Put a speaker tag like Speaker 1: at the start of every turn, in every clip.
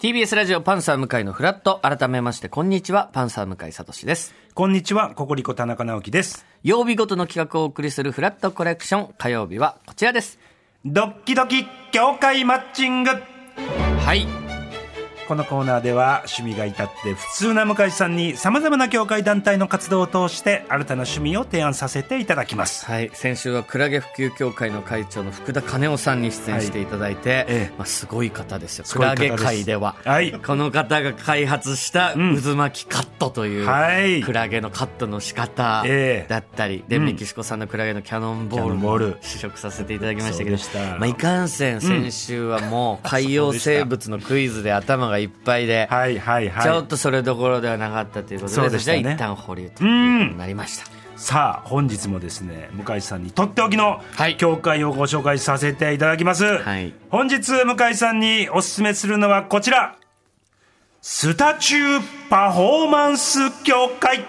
Speaker 1: TBS ラジオパンサー向井のフラット。改めましてこんにちは、パンサー向井聡です。
Speaker 2: こんにちは、ココリコ田中直樹です。
Speaker 1: 曜日ごとの企画をお送りするフラットコレクション。火曜日はこちらです。
Speaker 2: ドッキドキ業界マッチング。
Speaker 1: はい、
Speaker 2: このコーナーでは趣味が至って普通な向井さんに様々な業界団体の活動を通して新たな趣味を提案させていただきます。
Speaker 1: はい、先週はクラゲ普及協会の会長の福田兼夫さんに出演していただいて、すごい方ですよ。クラゲ界では、この方が開発した渦巻きカットという、クラゲのカットの仕方だったり、でメキシコ産のクラゲのキャノンボールも試食させていただきましたけど、いかんせん先週はもう海洋生物のクイズで頭がいっぱいで、ちょっとそれどころではなかったということで、じゃあ一旦保留となりました。
Speaker 2: さあ本日もですね、向井さんにとっておきの協会をご紹介させていただきます。本日向井さんにおすすめするのはこちら、スタチューパフォーマンス協会。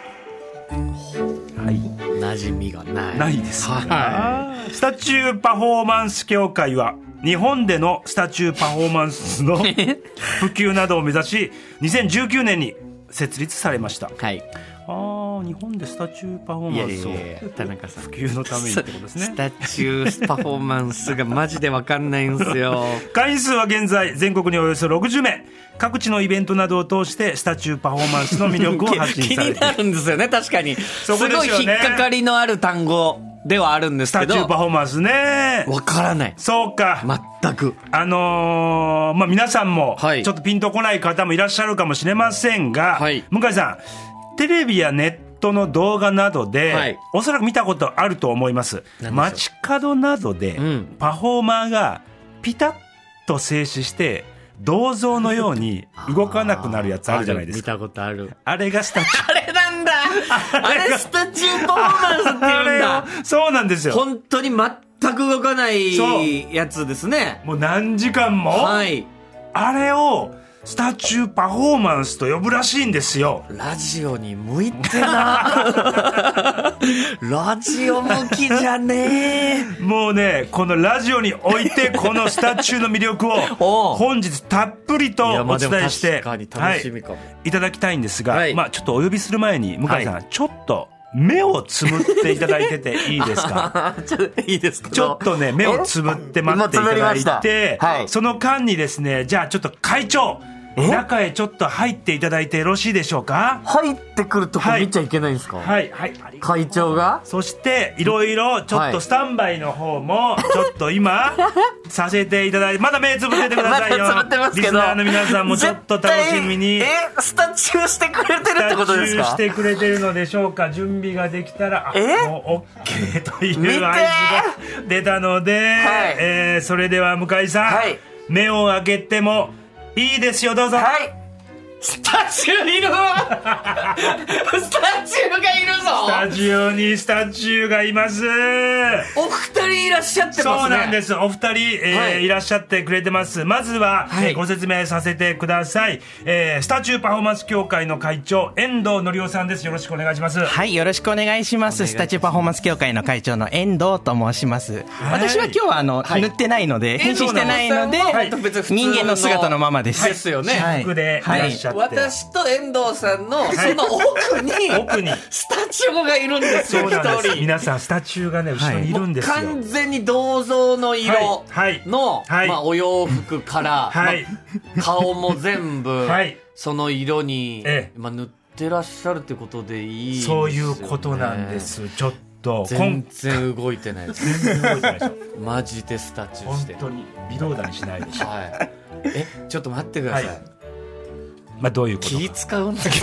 Speaker 1: 馴染みがない
Speaker 2: ですが、スタチューパフォーマンス協会は日本でのスタチューパフォーマンスの普及などを目指し2019年に設立されました。日本でスタチューパフォーマンスを
Speaker 1: 田中さん
Speaker 2: 普及のためにってことですね。
Speaker 1: スタチューパフォーマンスがマジで分かんないんですよ。
Speaker 2: 会員数は現在全国におよそ60名、各地のイベントなどを通してスタチューパフォーマンスの魅力を発信されて
Speaker 1: 気になるんですよね。確かにすごい引っかかりのある単語ではあるんですけど、
Speaker 2: スタチューパフォーマンスね、
Speaker 1: 分からない。
Speaker 2: そうか、
Speaker 1: 全く
Speaker 2: 皆さんもちょっとピンとこない方もいらっしゃるかもしれませんが、向井さん、テレビやネットの動画などで、おそらく見たことあると思います。街角などでパフォーマーがピタッと静止して銅像のように動かなくなるやつあるじゃないですか。
Speaker 1: 見たことある。
Speaker 2: あれがスタチュー
Speaker 1: あれなんだ。あれスタチューパフォーマンスって言うんだ。
Speaker 2: そうなんですよ。
Speaker 1: 本当に全く動かないやつですね。
Speaker 2: もう何時間も、あれをスタチューパフォーマンスと呼ぶらしいんですよ。
Speaker 1: ラジオに向いてな。ラジオ向きじゃねえ。
Speaker 2: もうね、このラジオにおいてこのスタチューの魅力を本日たっぷりとお伝えしていただきたいんですが、ちょっとお呼びする前に向井さん、ちょっと目をつぶっていただいてていいですか？
Speaker 1: いいですか？
Speaker 2: ちょっとね、目をつぶって待っていただいて、その間にですね、じゃあちょっと会長、中へちょっと入っていただいてよろしいでしょうか？
Speaker 1: 入ってくるとこ見ちゃいけないんですか？会長が。
Speaker 2: そしていろいろちょっとスタンバイの方もちょっと今させていただいて、まだ目つぶっててくださいよ。
Speaker 1: まだつぶってますけど、
Speaker 2: リスナーの皆さんもちょっと楽しみに。
Speaker 1: スタチューしてくれてるってことですか？
Speaker 2: スタチューしてくれてるのでしょうか？準備ができたら、もう OK という合図が出たので、それでは向井さん、目を開けてもいいですよ、どうぞ。
Speaker 1: スタチューいる。スタチューがいるぞ。
Speaker 2: スタジオにスタチューがいます。
Speaker 1: お二人いらっしゃってますね。
Speaker 2: そうなんです。お二人、いらっしゃってくれてます。まずは、ご説明させてください。スタチューパフォーマンス協会の会長、遠藤則夫さんです。よろしくお願いします。
Speaker 3: はい、よろしくお願いします。スタチューパフォーマンス協会の会長の遠藤と申します。私は今日は塗ってないので、変身してないので、人間の姿のままです。
Speaker 1: ですよね。
Speaker 2: 服でいらっしゃって。
Speaker 1: 私と遠藤さんのその奥にスタチューがいるんですよ。
Speaker 2: そうなんです。皆さんスタチューがね、後ろにいるんですよ。
Speaker 1: 完全に銅像の色の、お洋服から、顔も全部その色に、塗ってらっしゃるってことでいいですよね。
Speaker 2: そういうことなんです。ちょっと
Speaker 1: 全然動いてないです。
Speaker 2: 全然動いてないでしょ。
Speaker 1: マジでスタチューして
Speaker 2: 本当に微動だにしないでしょ。
Speaker 1: ちょっと待ってください。
Speaker 2: どういうことか
Speaker 1: 気使うんだけど。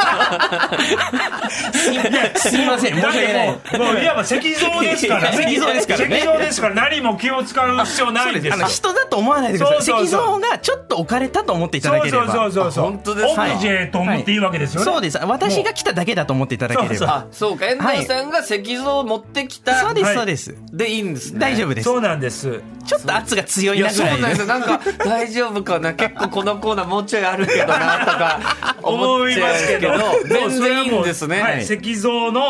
Speaker 3: すいません、申し訳ない。
Speaker 2: もういわば石像ですからね。
Speaker 3: 石像ですからね。
Speaker 2: 石像ですから何も気を使う必要ないんですよ。
Speaker 3: 人だと思わないでください。石像がちょっと置かれたと思っていただければ。
Speaker 2: そう
Speaker 1: 本当ですか？
Speaker 2: オブジェと思っていいわけですよね。
Speaker 3: そうです。私が来ただけだと思っていただければ。
Speaker 1: そうか、遠藤さんが石像を持ってきた。
Speaker 3: そうです、そうです。
Speaker 1: でいいんですね。
Speaker 3: 大丈夫です。
Speaker 2: そうなんです。
Speaker 3: ちょっと圧が強いなぐらい。
Speaker 1: そうなんですよ。なんか大丈夫かな。結構このコーナーもうちょいあるけどなとか思っちゃうけど、全然いいんですね。
Speaker 2: 石像の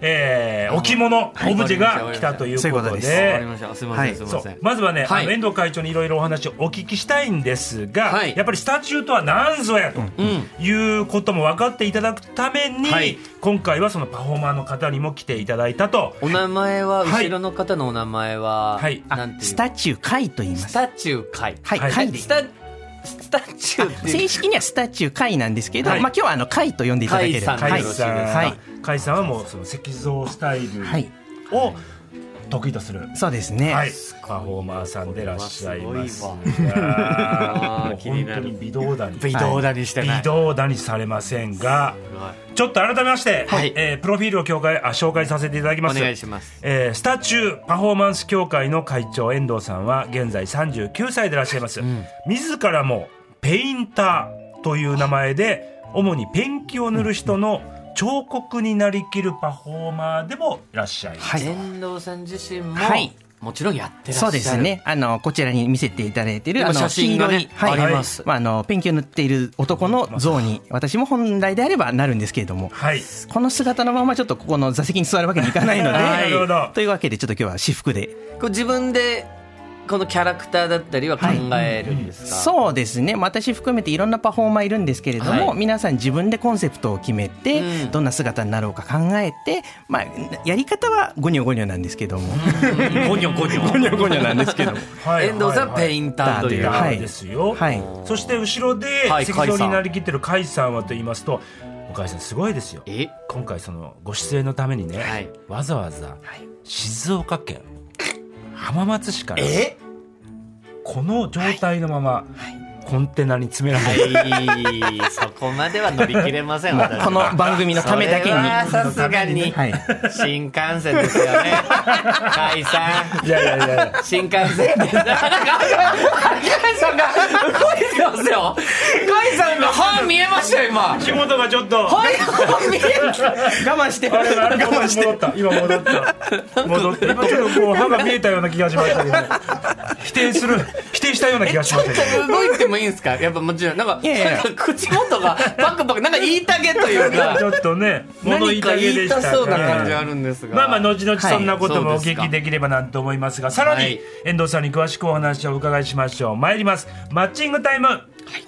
Speaker 2: 置物、オブジェが来たということで、
Speaker 1: わかりました。すみません、すみません。
Speaker 2: まずはね、遠藤会長にいろいろお話をお聞きしたいんですが、やっぱりスタチューとは何ぞやということも分かっていただくために、今回はそのパフォーマーの方にも来ていただいたと。
Speaker 1: お名前は、後ろの方のお名前は、なんていう？
Speaker 3: スタチュー会と言います。
Speaker 1: スタチュー会。
Speaker 3: はい、会で。
Speaker 1: スタチュー
Speaker 3: 正式にはスタチュー会なんですけど、今日は会と呼んでいただければ。
Speaker 2: 会さんはもうその石像スタイルを得意とする、
Speaker 3: そうですね、
Speaker 2: パフォーマーさんでいらっしゃいますが、もう本当に微動だにされませんが、ちょっと改めまして、プロフィールを紹介させていただきます。
Speaker 1: お願いします。
Speaker 2: スタチューパフォーマンス協会の会長遠藤さんは現在39歳でいらっしゃいます、自らもペインターという名前で主にペンキを塗る人の彫刻になりきるパフォーマーでもいらっしゃいます。
Speaker 1: 遠藤さん自身も、もちろんやってらっしゃる。
Speaker 3: そうですね。こちらに見せていただいている
Speaker 1: 写真がね、あります。
Speaker 3: ペンキを塗っている男の像に私も本来であればなるんですけれども、この姿のままちょっとここの座席に座るわけにいかないのでというわけでちょっと今日は私服で
Speaker 1: 自分でこのキャラクターだったりは考えるんですか？
Speaker 3: そうですね。私含めていろんなパフォーマーいるんですけれども、皆さん自分でコンセプトを決めて、どんな姿になろうか考えて、やり方はゴニョゴニョなんですけども
Speaker 1: ゴニョゴニョ
Speaker 3: なんですけども
Speaker 1: 遠藤さんペインターという
Speaker 2: ですよ。そして後ろで石像になりきってる甲斐さんはと言いますと、甲斐さんすごいですよ。今回そのご出演のためにね、わざわざ静岡県浜松市からこの状態のままコンテナに詰められ
Speaker 1: る、そこまでは乗り切れません。
Speaker 3: この番組のためだけに
Speaker 1: さすがに新幹線ですよね。甲斐さん、
Speaker 2: いや
Speaker 1: 新幹線です。甲斐さんが動いてますよ。甲斐さんが歯見えましたよ今。
Speaker 2: 仕事がちょっと
Speaker 1: 見え
Speaker 3: 我慢して
Speaker 2: 今戻った今ちょっとこう歯が見えたような気がしましたけど、否定したような気がしましたけど、
Speaker 1: 動いてもいいんですか？やっぱもちろんなんか口元がパクパクなんか言いたげというか
Speaker 2: ちょっとね物言いたげでしたね。
Speaker 1: 何か言いたそうな感じあるんですが、
Speaker 2: 後々そんなこともお聞きできればなと思いますが、さらに遠藤さんに詳しくお話をお伺いしましょう。参ります。マッチングタイム。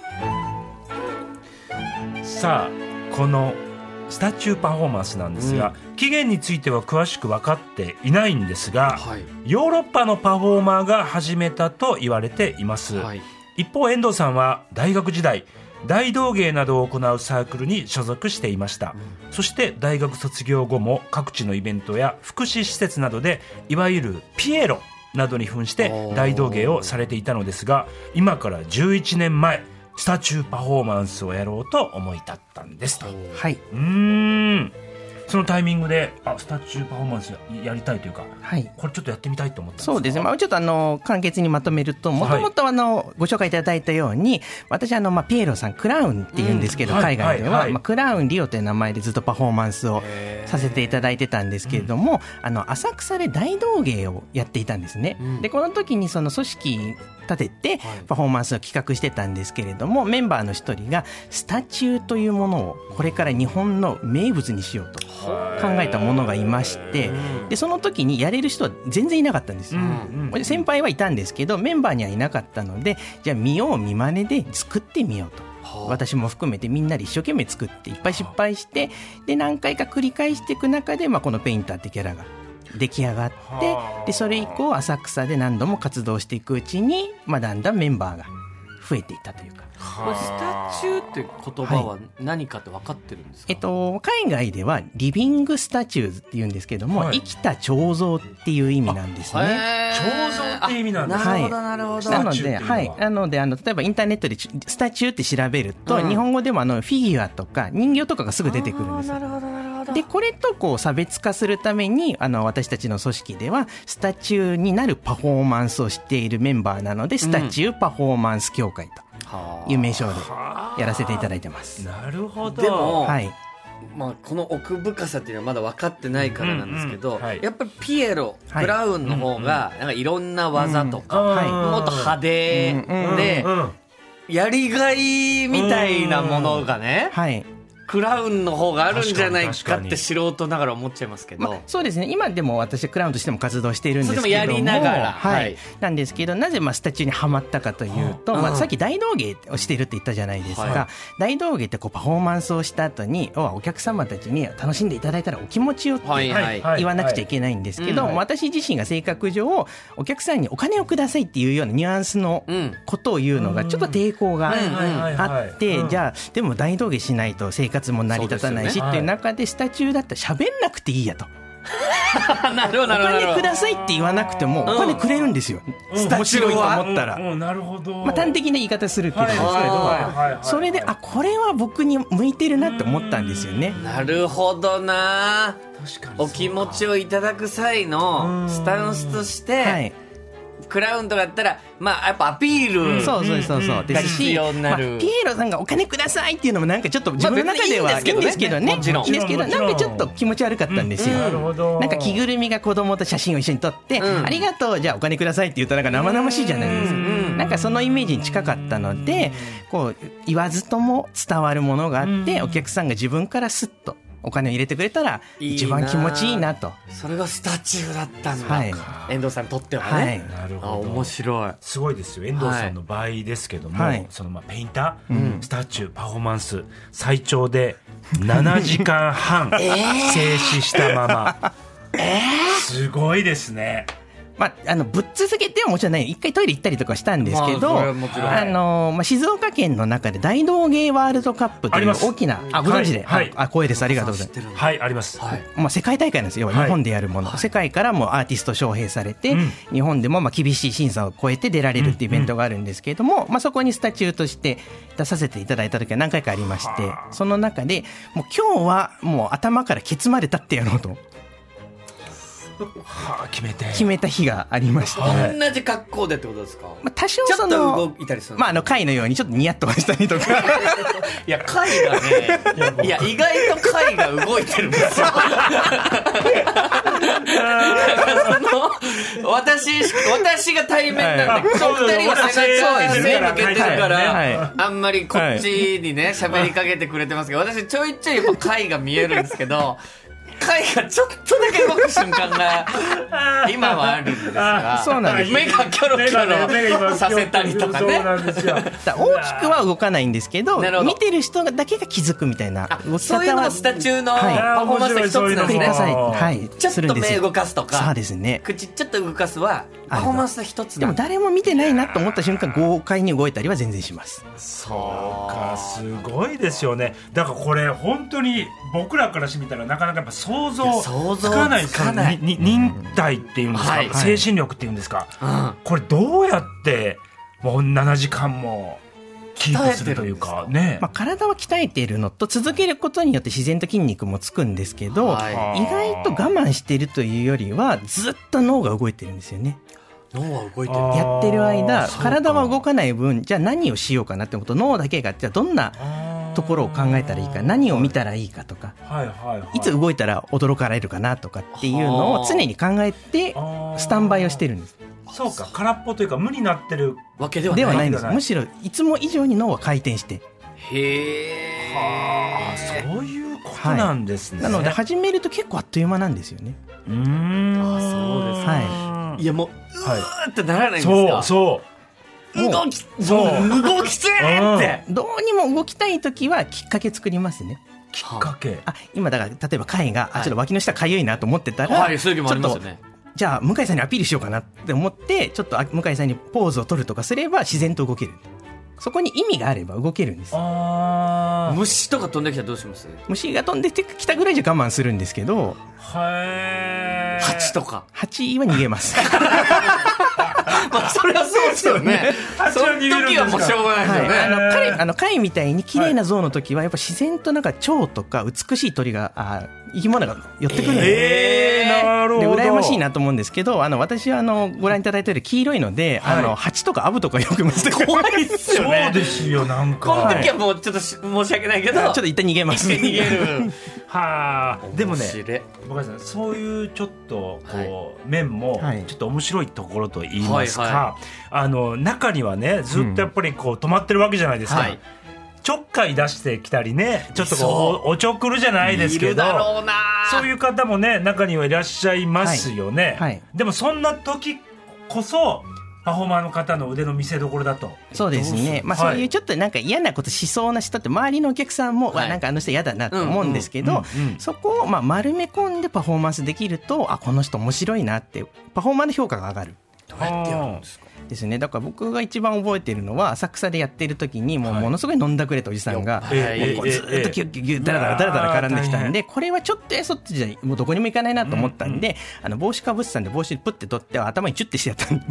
Speaker 2: さあこのスタチューパフォーマンスなんですが、起源については詳しく分かっていないんですが、ヨーロッパのパフォーマーが始めたと言われています。一方遠藤さんは大学時代大道芸などを行うサークルに所属していました。そして大学卒業後も各地のイベントや福祉施設などでいわゆるピエロなどに扮して大道芸をされていたのですが、今から11年前スタチューパフォーマンスをやろうと思い立ったんですと。そのタイミングでスタチューパフォーマンス やりたいというか、これちょっとやってみたいと思ったんですか？
Speaker 3: そうですね、ちょっと簡潔にまとめると、もともとご紹介いただいたように、私ピエロさんクラウンっていうんですけど、海外では、クラウンリオという名前でずっとパフォーマンスをさせていただいてたんですけれども、浅草で大道芸をやっていたんですね。でこの時にその組織立ててパフォーマンスを企画してたんですけれども、メンバーの一人がスタチューというものをこれから日本の名物にしようと考えたものがいまして、でその時にやれる人は全然いなかったんですよ。先輩はいたんですけどメンバーにはいなかったので、じゃあ見よう見まねで作ってみようと、私も含めてみんなで一生懸命作っていっぱい失敗して、で何回か繰り返していく中で、このペインターってキャラが出来上がって、でそれ以降浅草で何度も活動していくうちに、だんだんメンバーが増えていったというか。
Speaker 1: これスタチューって言葉は何かって分かってるんですか？
Speaker 3: 海外ではリビングスタチューズっていうんですけども、生きた彫像っていう意味なんですね。
Speaker 2: 彫像っていう意味なんです
Speaker 1: ね。なるほどなるほど。
Speaker 3: なので例えばインターネットでスタチューって調べると、日本語でもフィギュアとか人形とかがすぐ出てくるんです。
Speaker 1: なるほどなるほど。
Speaker 3: でこれと差別化するために私たちの組織ではスタチューになるパフォーマンスをしているメンバーなので、スタチューパフォーマンス協会という名称でやらせていただいてます。
Speaker 2: なるほど。
Speaker 1: でも、この奥深さっていうのはまだ分かってないからなんですけど、やっぱりピエロ、クラウンの方がなんかいろんな技とか、もっと派手で、やりがいみたいなものがね、 クラウンの方があるんじゃないかって素人ながら思っちゃいますけど、
Speaker 3: そうですね、今でも私はクラウンとしても活動しているんですけども、
Speaker 1: やりながら、
Speaker 3: はい、なんですけど、なぜスタチューにはまったかというと、さっき大道芸をしているって言ったじゃないですか、大道芸ってパフォーマンスをした後にお客様たちに楽しんでいただいたらお気持ちよって言わなくちゃいけないんですけど、私自身が性格上お客さんにお金をくださいっていうようなニュアンスのことを言うのがちょっと抵抗があって、じゃあでも大道芸しないと生活も成り立たないしっていう中で、スタチューだったら喋んなくていいやと。
Speaker 1: なるほど、
Speaker 3: お金くださいって言わなくてもお金くれるんですよ、スタチューはと思ったら。
Speaker 2: なるほど。
Speaker 3: 端的な言い方するけど、それでこれは僕に向いてるなって思ったんですよね。
Speaker 1: なるほどな。お気持ちをいただく際のスタンスとして、クラウンとかだったらやっぱアピール
Speaker 3: そうですし、ピエロさんがお金くださいっていうのもなんかちょっと自分の中ではいいんですけどね、いいんですけど、なんかちょっと気持ち悪かったんですよ。なんか着ぐるみが子供と写真を一緒に撮って、ありがとうじゃあお金くださいって言うとなんか生々しいじゃないですか。なんかそのイメージに近かったので、言わずとも伝わるものがあって、お客さんが自分からスッとお金を入れてくれたら一番気持ちいいなと。
Speaker 1: それがスタチューだったんだ、遠藤さんにとってはね。
Speaker 2: なるほど、
Speaker 1: 面白い。
Speaker 2: すごいですよ。遠藤さんの場合ですけども、そのペインター、スタチュー、パフォーマンス最長で7時間半静止したまま、すごいですね。
Speaker 3: ぶっ続けてはもちろんない、一回トイレ行ったりとかしたんですけど、静岡県の中で大道芸ワールドカップという大きな、ご存知で、光栄です、ありがとうございます。
Speaker 2: はい、あります。
Speaker 3: 世界大会なんですよ、日本でやるもの、世界からもアーティスト招聘されて、日本でも厳しい審査を超えて出られるっていうイベントがあるんですけれども、そこにスタチューとして出させていただいた時は何回かありまして、その中でもう今日はもう頭からケツまで立ってやろうと決めた日がありまして、
Speaker 1: 同じ格好でってことですか？
Speaker 3: 多少
Speaker 1: ちょっと動いたりする
Speaker 3: 貝のようにちょっとニヤッとしたりとか
Speaker 1: いや貝がね、いや意外と貝が動いてるんですよ私が対面なんで、2人は背中向けてるからあんまりこっちにね喋りかけてくれてますけど、私ちょいちょいやっぱ貝が見えるんですけど、貝がちょっとだけ動く瞬間が今はあるんですが、
Speaker 3: そうなんです。
Speaker 1: 目がキョロキョロさせたりとかね。
Speaker 3: 大きくは動かないんですけど、見てる人だけが気づくみたいな動き方は、
Speaker 1: そういうのもスタチューのパフォーマンスの一つなんですね。ちょっと目動かすとか、
Speaker 3: そうですね、
Speaker 1: 口ちょっと動かすはパフォーマンスの一つ。
Speaker 3: でも誰も見てないなと思った瞬間、豪快に動いたりは全然します。
Speaker 2: そうか、すごいですよね。だからこれ本当に僕らからしてみたらなかなかやっぱ想像つかない忍耐っていうんですか、精神力っていうんですか、これどうやってもう7時間もキープするというかね。
Speaker 3: 体は鍛えているのと、続けることによって自然と筋肉もつくんですけど、意外と我慢しているというよりはずっと脳が動いてるんですよね。
Speaker 1: 脳は動いてる。
Speaker 3: やってる間体は動かない分、じゃあ何をしようかなってこと、脳だけがじゃあどんなところを考えたらいいか、何を見たらいいかとか、いつ動いたら驚かれるかなとかっていうのを常に考えてスタンバイをしてるんです。
Speaker 2: そうか、空っぽというか無になってる
Speaker 1: わけでは
Speaker 3: ないんです。むしろいつも以上に脳は回転して、
Speaker 2: そういうことなんですね。
Speaker 3: なので始めると結構あっという間なんですよね。
Speaker 1: そうですね。いやもううーってならないんですか？
Speaker 2: そう
Speaker 1: 動きついって、
Speaker 3: どうにも動きたいときはきっかけ作りますね。
Speaker 2: きっかけ、
Speaker 3: 今だから例えば貝がちょっと脇の下かゆいなと思ってたら、
Speaker 1: そういう時もありますよね。
Speaker 3: じゃあ向井さんにアピールしようかなって思って、ちょっと向井さんにポーズを取るとかすれば自然と動ける。そこに意味があれば動けるんです。
Speaker 1: 虫とか飛んできたらどうします？
Speaker 3: 虫が飛んできたぐらいじゃ我慢するんですけど、
Speaker 1: 蜂とか、
Speaker 3: 蜂は逃げます
Speaker 1: それはそうですよね。その時はもうしょうがないですよね。
Speaker 3: 貝みたいに綺麗な像の時はやっぱ自然となんか蝶とか美しい鳥が生き物が寄ってくるんで、羨ましいなと思うんですけど、私はご覧いただいたより黄色いので、蜂とかアブとかよく見て
Speaker 1: 怖いっすよね。
Speaker 2: そうですよ。なんか
Speaker 1: この時はもうちょっと申し訳ないけど、ちょ
Speaker 3: っと一旦逃げます。
Speaker 1: 逃げる
Speaker 2: でもね、僕はそういうちょっと面もちょっと面白いところと言いますか、中にはねずっとやっぱり止まってるわけじゃないですか。 ちょっかい出してきたりね、ちょっとこうおちょくるじゃないですけど、そういう方もね中にはいらっしゃいますよね、はいはい、でもそんな時こそパフォーマーの方の腕の見せ所だと。
Speaker 3: そうですね、そういうちょっとなんか嫌なことしそうな人って周りのお客さんも、なんかあの人嫌だなと思うんですけど、そこを丸め込んでパフォーマンスできると、この人面白いなってパフォーマーの評価が上がる。
Speaker 1: どうやってやるんですか？
Speaker 3: ですね、だから僕が一番覚えているのは浅草でやってる時にものすごい飲んだくれたおじさんがもうずっとキュッキュッキュッダラダラ絡んできたんで、これはちょっとそっちじゃもうどこにも行かないなと思ったんで、帽子かぶってたんで帽子プッて取って頭にチュッてしてやったんで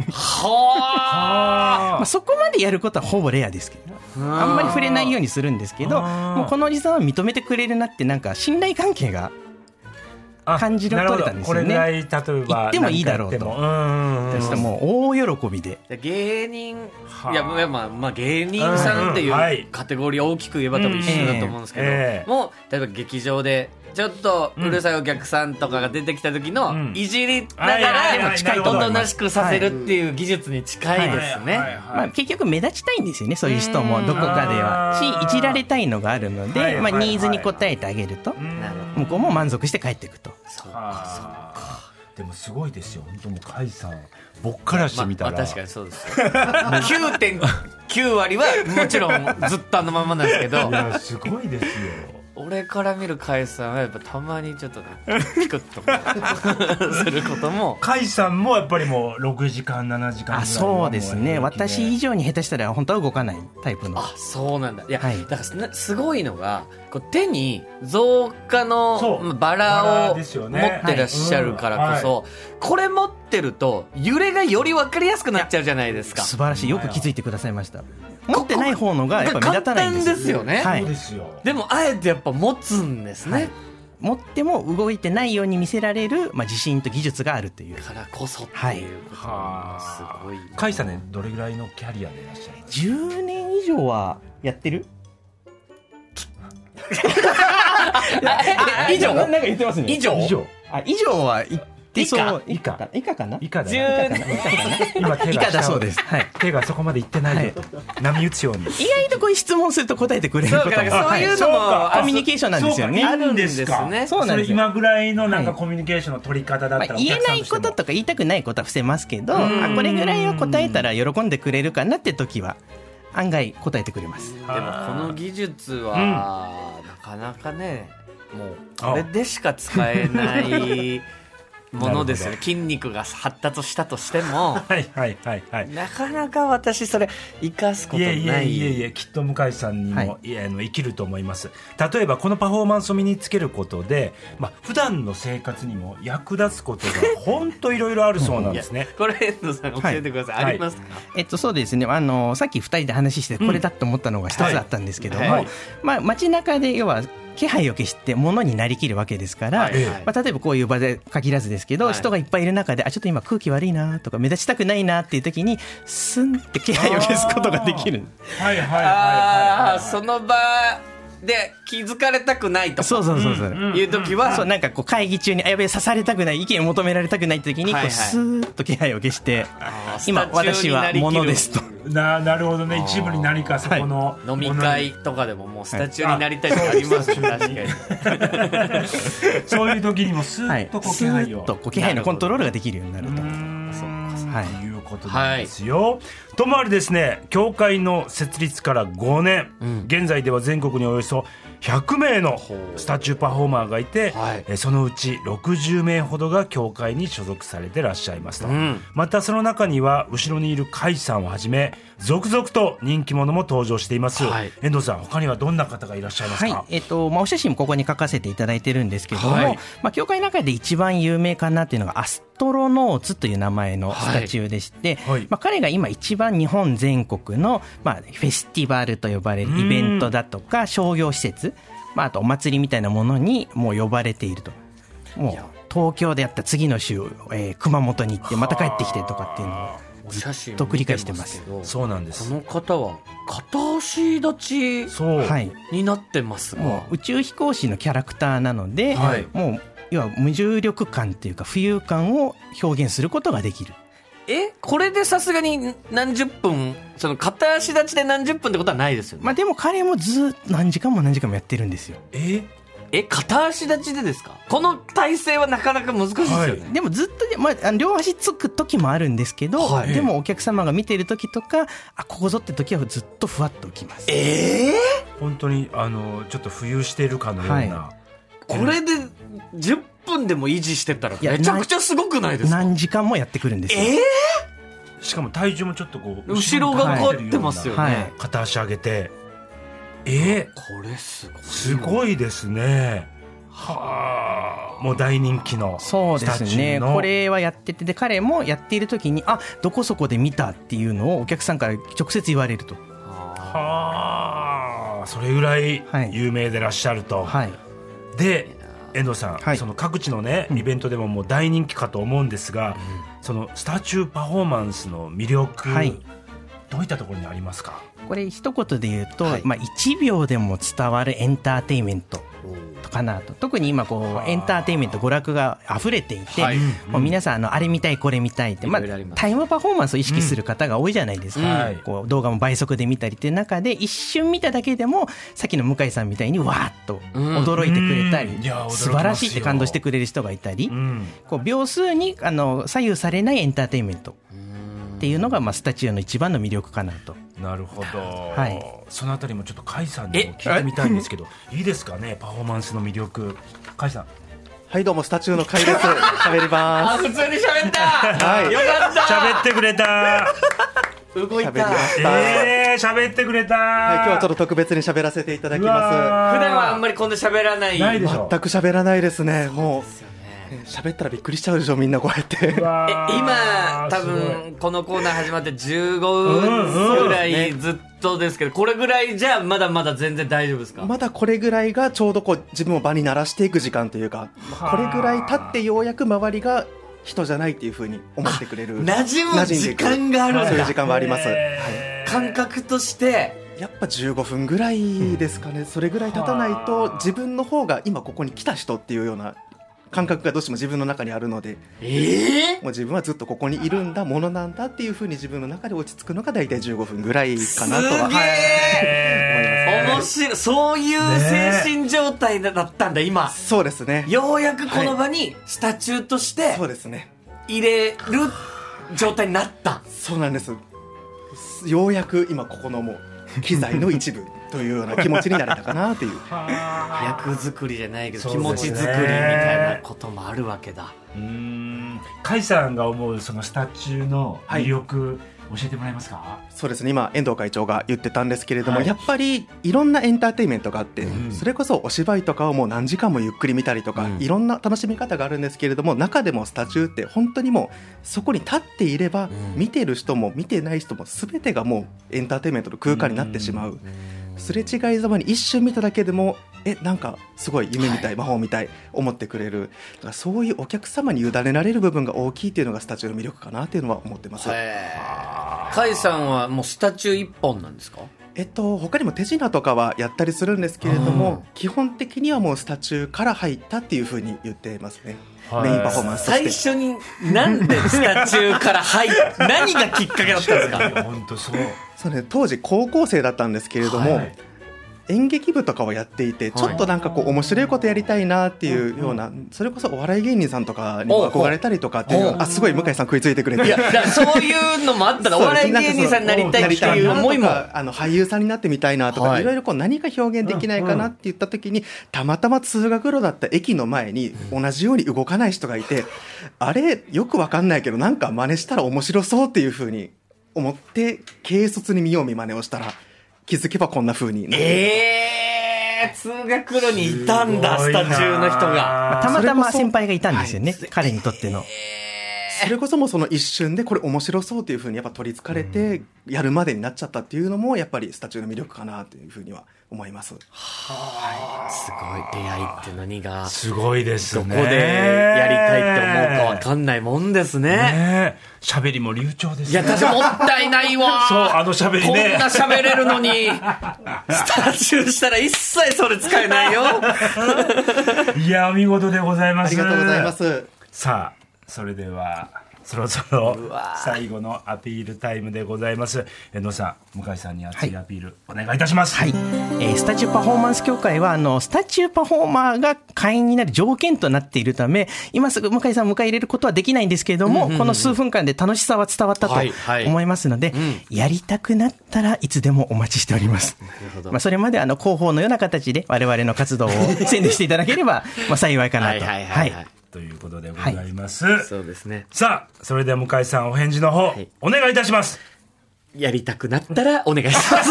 Speaker 3: そこまでやることはほぼレアですけど、あんまり触れないようにするんですけど、もうこのおじさんは認めてくれるなって、なんか信頼関係が感じ取れたんですよね。
Speaker 2: これぐらい例えば
Speaker 3: 言ってもいいだろうと。そしてもう大喜びで。
Speaker 1: 芸人、いや芸人さんっていうカテゴリーを大きく言えば多分一緒だと思うんですけど、もう例えば劇場でちょっとうるさいお客さんとかが出てきた時のいじりながらおとなしくさせるっていう技術に近いですね。
Speaker 3: 結局目立ちたいんですよね、そういう人もどこかでは。いじられたいのがあるので、ニーズに応えてあげると向こうも満足して帰っていくと。
Speaker 2: そうかでもすごいですよ本当。もう甲斐さん僕からしてみたら、
Speaker 1: 確かにそうですよ9.9 割はもちろんずっとあのままなんですけど、
Speaker 2: いやすごいですよ。
Speaker 1: 俺から見る甲斐さんはやっぱたまにちょっとねピクッとすることも。
Speaker 2: 甲斐さんもやっぱりもう6時間7時間ぐらい。
Speaker 3: そうですね、私以上に下手したら本当は動かないタイプの。
Speaker 1: そうなんだ。いや、だからすごいのがこう手に造花のバラを持ってらっしゃるからこそ、これ持ってると揺れがより分かりやすくなっちゃうじゃないですか。
Speaker 3: 素晴らしい、よく気づいてくださいました。持ってない方のがやっぱ目立たないんです
Speaker 1: よね。
Speaker 2: そうですよ。
Speaker 1: でもあえてやっぱ持つんですね、
Speaker 3: 持っても動いてないように見せられる、自信と技術があるという
Speaker 1: からこそっていうことがすごい。
Speaker 2: 甲斐さんね、どれぐらいのキャリアでいらっしゃる
Speaker 3: ？10年以上はやってる
Speaker 1: 以上
Speaker 3: なんか言ってますね。
Speaker 1: 以上
Speaker 3: は以下かな。
Speaker 2: 以下だ
Speaker 3: 今手がだそうです。
Speaker 2: 手がそこまでいってないと波打つように。
Speaker 3: 意外とこう質問すると答えてくれることも、
Speaker 1: そういうのも
Speaker 3: コミュニケーションなんですよね。
Speaker 2: あるんですか。
Speaker 3: そうなんです。
Speaker 2: 今ぐらいのなんかコミュニケーションの取り方だったら
Speaker 3: 言えないこととか言いたくないことは伏せますけど、これぐらいは答えたら喜んでくれるかなって時は案外答えてくれます。で
Speaker 1: もこの技術はなかなかね、もうこれでしか使えないものですよね。筋肉が発達したとしてもなかなか私それ生かすことない。
Speaker 2: いえきっと向井さんにも、生きると思います。例えばこのパフォーマンスを身につけることで、普段の生活にも役立つことが本当いろいろあるそうなんですね。
Speaker 1: これ遠藤さん教えてください。ありますか？
Speaker 3: そうですね、さっき2人で話してこれだと思ったのが一つあったんですけども、街中で要は気配を消して物になりきるわけですから、例えばこういう場で限らずですけど、人がいっぱいいる中でちょっと今空気悪いなとか目立ちたくないなっていう時にスンって気配を消すことができる。
Speaker 1: その場で気づかれたくないと
Speaker 3: そう
Speaker 1: いう時は、
Speaker 3: なんかこう会議中にやべえ刺されたくない、意見を求められたくないって時にこうスーッと気配を消して今私は物ですと。
Speaker 2: なるほどね。一部に何かそこの、
Speaker 1: 飲み会とかでももうスタチューになりたいってありますよ。確かに
Speaker 2: そういう時にもスーッと
Speaker 3: スーッと気配のコントロールができるようになると。
Speaker 2: いうことなんですよ。ともあれですね、協会の設立から5年、現在では全国におよそ100名のスタチューパフォーマーがいて、そのうち60名ほどが協会に所属されてらっしゃいますと、またその中には後ろにいる甲斐さんをはじめ続々と人気者も登場しています。遠藤さん、他にはどんな方がいらっしゃいますか？
Speaker 3: お写真もここに書かせていただいてるんですけども、協会の中で一番有名かなっていうのがアストロノーツという名前のスタチューでして、彼が今一番日本全国の、フェスティバルと呼ばれるイベントだとか商業施設、あとお祭りみたいなものにもう呼ばれていると。もう東京でやった次の週、熊本に行ってまた帰ってきてとかっていうのをずっと繰り返してます。
Speaker 2: そうなんです。
Speaker 1: この方は片足立ちになってますが、
Speaker 3: もう宇宙飛行士のキャラクターなので、もう要は無重力感というか浮遊感を表現することができる。
Speaker 1: これでさすがに何十分、その片足立ちで何十分ってことはないですよね。
Speaker 3: まあでも彼もずっと何時間も何時間もやってるんですよ。
Speaker 1: 片足立ちでですか？この体勢はなかなか難しいですよね。
Speaker 3: でもずっと、両足つく時もあるんですけど、でもお客様が見てる時とか、ここぞって時はずっとふわっと浮きます。
Speaker 2: 本当にちょっと浮遊しているかのような。
Speaker 1: これで10分でも維持してたらめちゃくちゃすごくないですか？
Speaker 3: 何時間もやってくるんですよ。
Speaker 2: しかも体重もちょっとこう
Speaker 1: 後ろがこうやってますよね。
Speaker 2: 片足上げて。
Speaker 1: これす
Speaker 2: ごいですね。もう大人気のスタチューの。
Speaker 3: そうですね。これはやってて、で彼もやっている時にどこそこで見たっていうのをお客さんから直接言われると。
Speaker 2: それぐらい有名でいらっしゃると。で遠藤さん、その各地のねイベントでももう大人気かと思うんですが、そのスタチューパフォーマンスの魅力、どういったところにありますか？
Speaker 3: これ一言で言うと、1秒でも伝わるエンターテインメントかなと。特に今エンターテインメント娯楽が溢れていて、もう皆さんあれ見たいこれ見たいって、タイムパフォーマンスを意識する方が多いじゃないですか。動画も倍速で見たりっていう中で、一瞬見ただけでもさっきの向井さんみたいにわーっと驚いてくれたり、素晴らしいって感動してくれる人がいたり、秒数に左右されないエンターテインメントっていうのがスタチューの一番の魅力かなと。
Speaker 2: なるほど、そのあたりもちょっと甲斐さんにも聞いてみたいんですけどいいですかね、パフォーマンスの魅力。甲斐さん。
Speaker 4: はい、どうもスタチューの甲斐です。喋ります。
Speaker 1: 普通に喋った、よかった。
Speaker 2: 喋ってくれた。
Speaker 1: 動いた。
Speaker 2: 喋ってくれた。
Speaker 4: 今日はちょっと特別に喋らせていただきます。
Speaker 1: 普段はあんまりこんな喋らない。
Speaker 4: 全く喋らないですね。もう喋ったらびっくりしちゃうでしょ、みんなこうやって。
Speaker 1: 今多分このコーナー始まって15分ぐらいずっとですけど、これぐらいじゃまだまだ全然大丈夫ですか？
Speaker 4: まだこれぐらいがちょうど自分を場に慣らしていく時間というか、これぐらい経ってようやく周りが人じゃないっていう風に思ってくれる、
Speaker 1: 馴染む時間があるんだ。
Speaker 4: そういう時間はあります。
Speaker 1: 感覚として
Speaker 4: やっぱ15分ぐらいですかね。それぐらい経たないと自分の方が今ここに来た人っていうような感覚がどうしても自分の中にあるので、もう自分はずっとここにいるんだものなんだっていう風に自分の中で落ち着くのが大体15分ぐらいかなとは。
Speaker 1: すげー、面白い。そういう精神状態だったんだ今。
Speaker 4: そうですね。
Speaker 1: ようやくこの場にスタチューとして
Speaker 4: そうですね
Speaker 1: 入れる状態になった。
Speaker 4: そうなんです。ようやく今ここのもう機材の一部というような気持ちになれたかなという
Speaker 1: 役作りじゃないけど、気持ち作りみたいなこともあるわけだ。
Speaker 2: 甲斐さんが思うそのスタチューの魅力、教えてもらえますか？
Speaker 4: そうですね、今遠藤会長が言ってたんですけれども、やっぱりいろんなエンターテインメントがあって、それこそお芝居とかをもう何時間もゆっくり見たりとか、いろんな楽しみ方があるんですけれども、中でもスタチューって本当にもうそこに立っていれば、見てる人も見てない人も全てがもうエンターテインメントの空間になってしまう。すれ違いざまに一瞬見ただけでもなんかすごい夢みたい、魔法みたい思ってくれる。だからそういうお客様に委ねられる部分が大きいっていうのがスタチューの魅力かなっていうのは思ってます。
Speaker 1: 甲斐さんはもうスタチュー一本なんですか？
Speaker 4: 他にも手品とかはやったりするんですけれども、基本的にはもうスタチューから入ったっていうふうに言ってますね。メインパフォーマンスとして。
Speaker 1: 最初になんでスタチューから入った何がきっかけだったんですか？
Speaker 2: 本当そう
Speaker 4: ね、当時高校生だったんですけれども、演劇部とかをやっていて、ちょっとなんか面白いことやりたいなっていうような、それこそお笑い芸人さんとかに憧れたりとかっていう、すごい向井さん食いついてくれて、
Speaker 1: いやそういうのもあったらお笑い芸人さんになりたいっていう思いも、
Speaker 4: 俳優さんになってみたいなとか、いろいろ何か表現できないかなって言った時に、たまたま通学路だった駅の前に同じように動かない人がいて、あれよくわかんないけどなんか真似したら面白そうっていう風に思って、軽率に見よう見真似をしたら気づけばこんな風になって
Speaker 1: 通学路にいたんだ、スタチューの人が。
Speaker 3: たまたま先輩がいたんですよね、彼にとっての。
Speaker 4: それこそもその一瞬でこれ面白そうという風にやっぱ取り憑かれてやるまでになっちゃったっていうのもやっぱりスタチューの魅力かなという風には思います。
Speaker 1: すごい出会いって何が
Speaker 2: すごいですね。
Speaker 1: どこでやりたいって思うか分かんないもんですね。
Speaker 2: 喋りも流暢です
Speaker 1: ね。いや私もったいないわ。
Speaker 2: そう喋りね。
Speaker 1: こんな喋れるのにスタチューしたら一切それ使えないよ。
Speaker 2: いやお見事でございます。
Speaker 4: ありがとうございます。
Speaker 2: さあそれではそろそろ最後のアピールタイムでございます。遠藤さん、向井さんに熱いアピール、お願いいたします。
Speaker 3: はい、スタチューパフォーマンス協会はスタチューパフォーマーが会員になる条件となっているため、今すぐ向井さんを迎え入れることはできないんですけれども、この数分間で楽しさは伝わったと思いますので、やりたくなったらいつでもお待ちしております。それまで広報のような形で我々の活動を宣伝していただければ幸いかなと。
Speaker 2: ということでございます。
Speaker 1: そうですね。
Speaker 2: さあ、それでは向井さん、お返事の方、お願いいたします。
Speaker 1: やりたくなったらお願いします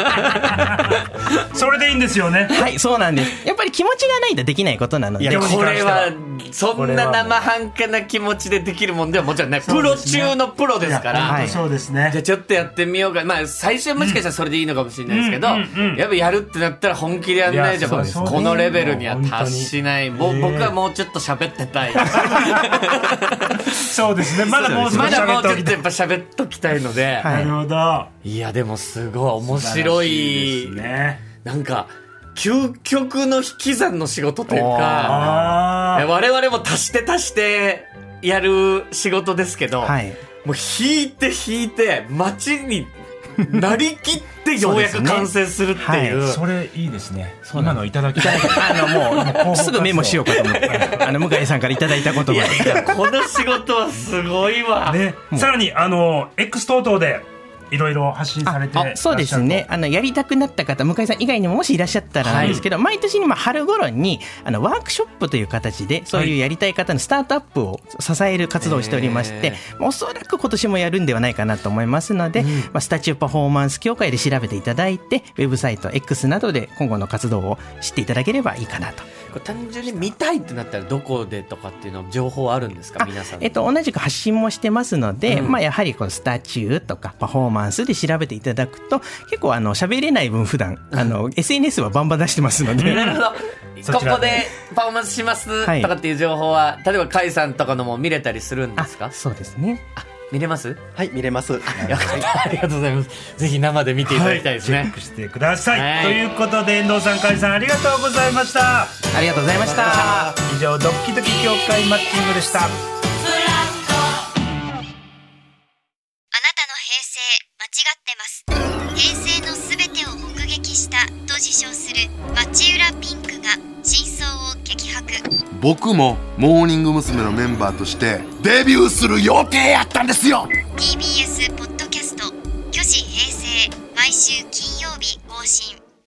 Speaker 2: それでいいんですよね。
Speaker 3: はい、そうなんです。やっぱり気持ちがないとできないことなので、
Speaker 1: これはそんな生半可な気持ちでできるもんではもちろんない。プロ中のプロですから。
Speaker 2: そうですね。
Speaker 1: じゃあちょっとやってみようか。最初はもしかしたらそれでいいのかもしれないですけど、やっぱやるってなったら本気でやんないじゃん。このレベルには達しない。僕はもうちょっと喋ってたい。
Speaker 2: そうですね。まだもうちょっと
Speaker 1: やっぱ喋っときたいので。
Speaker 2: なるほど。
Speaker 1: いやでもすごい面白い、なんか究極の引き算の仕事というか、我々も足してやる仕事ですけど、もう引いて街になりきってようやく完成するっていう。
Speaker 2: それいいですね。今のいただきたい。
Speaker 3: もうすぐメモしようかと思って。向井さんからいただいたことが。
Speaker 1: この仕事はすごいわ。
Speaker 2: さらにX 等々でいろいろ発信されてらっしゃると。
Speaker 3: そうですね。やりたくなった方、向井さん以外にももしいらっしゃったらなんですけど、毎年に春頃にワークショップという形でそういうやりたい方のスタートアップを支える活動をしておりまして、おそらく今年もやるんではないかなと思いますので、スタチューパフォーマンス協会で調べていただいて、ウェブサイト X などで今後の活動を知っていただければいいかなと。
Speaker 1: 単純に見たいってなったらどこでとかっていうの情報あるんですか、皆さん。
Speaker 3: 同じく発信もしてますので、やはりこのスタチューとかパフォーマンスで調べていただくと、結構喋れない分普段SNS はバンバン出してますので。
Speaker 1: なるほど。ここでパフォーマンスしますとかっていう情報は、例えば甲斐さんとかのも見れたりするんですか？
Speaker 3: そうですね。
Speaker 1: 見れます？
Speaker 4: はい、見れます。
Speaker 1: ありがとうございます。ぜひ生で見ていただきたいですね。
Speaker 2: チェックしてください。ということで、遠藤さん、甲斐さん、ありがとうございました。
Speaker 3: ありがとうございました。
Speaker 2: 以上、ドッキドキ協会マッチングでした。あなた
Speaker 5: の平成間違ってます。平成のすべてを目撃したと自称する町浦ピンクが真相を激白。
Speaker 6: 僕もモーニング娘。のメンバーとしてデビューする予定やったんですよ。
Speaker 5: TBS ポッドキャスト「虚子平成」毎週金曜日更新。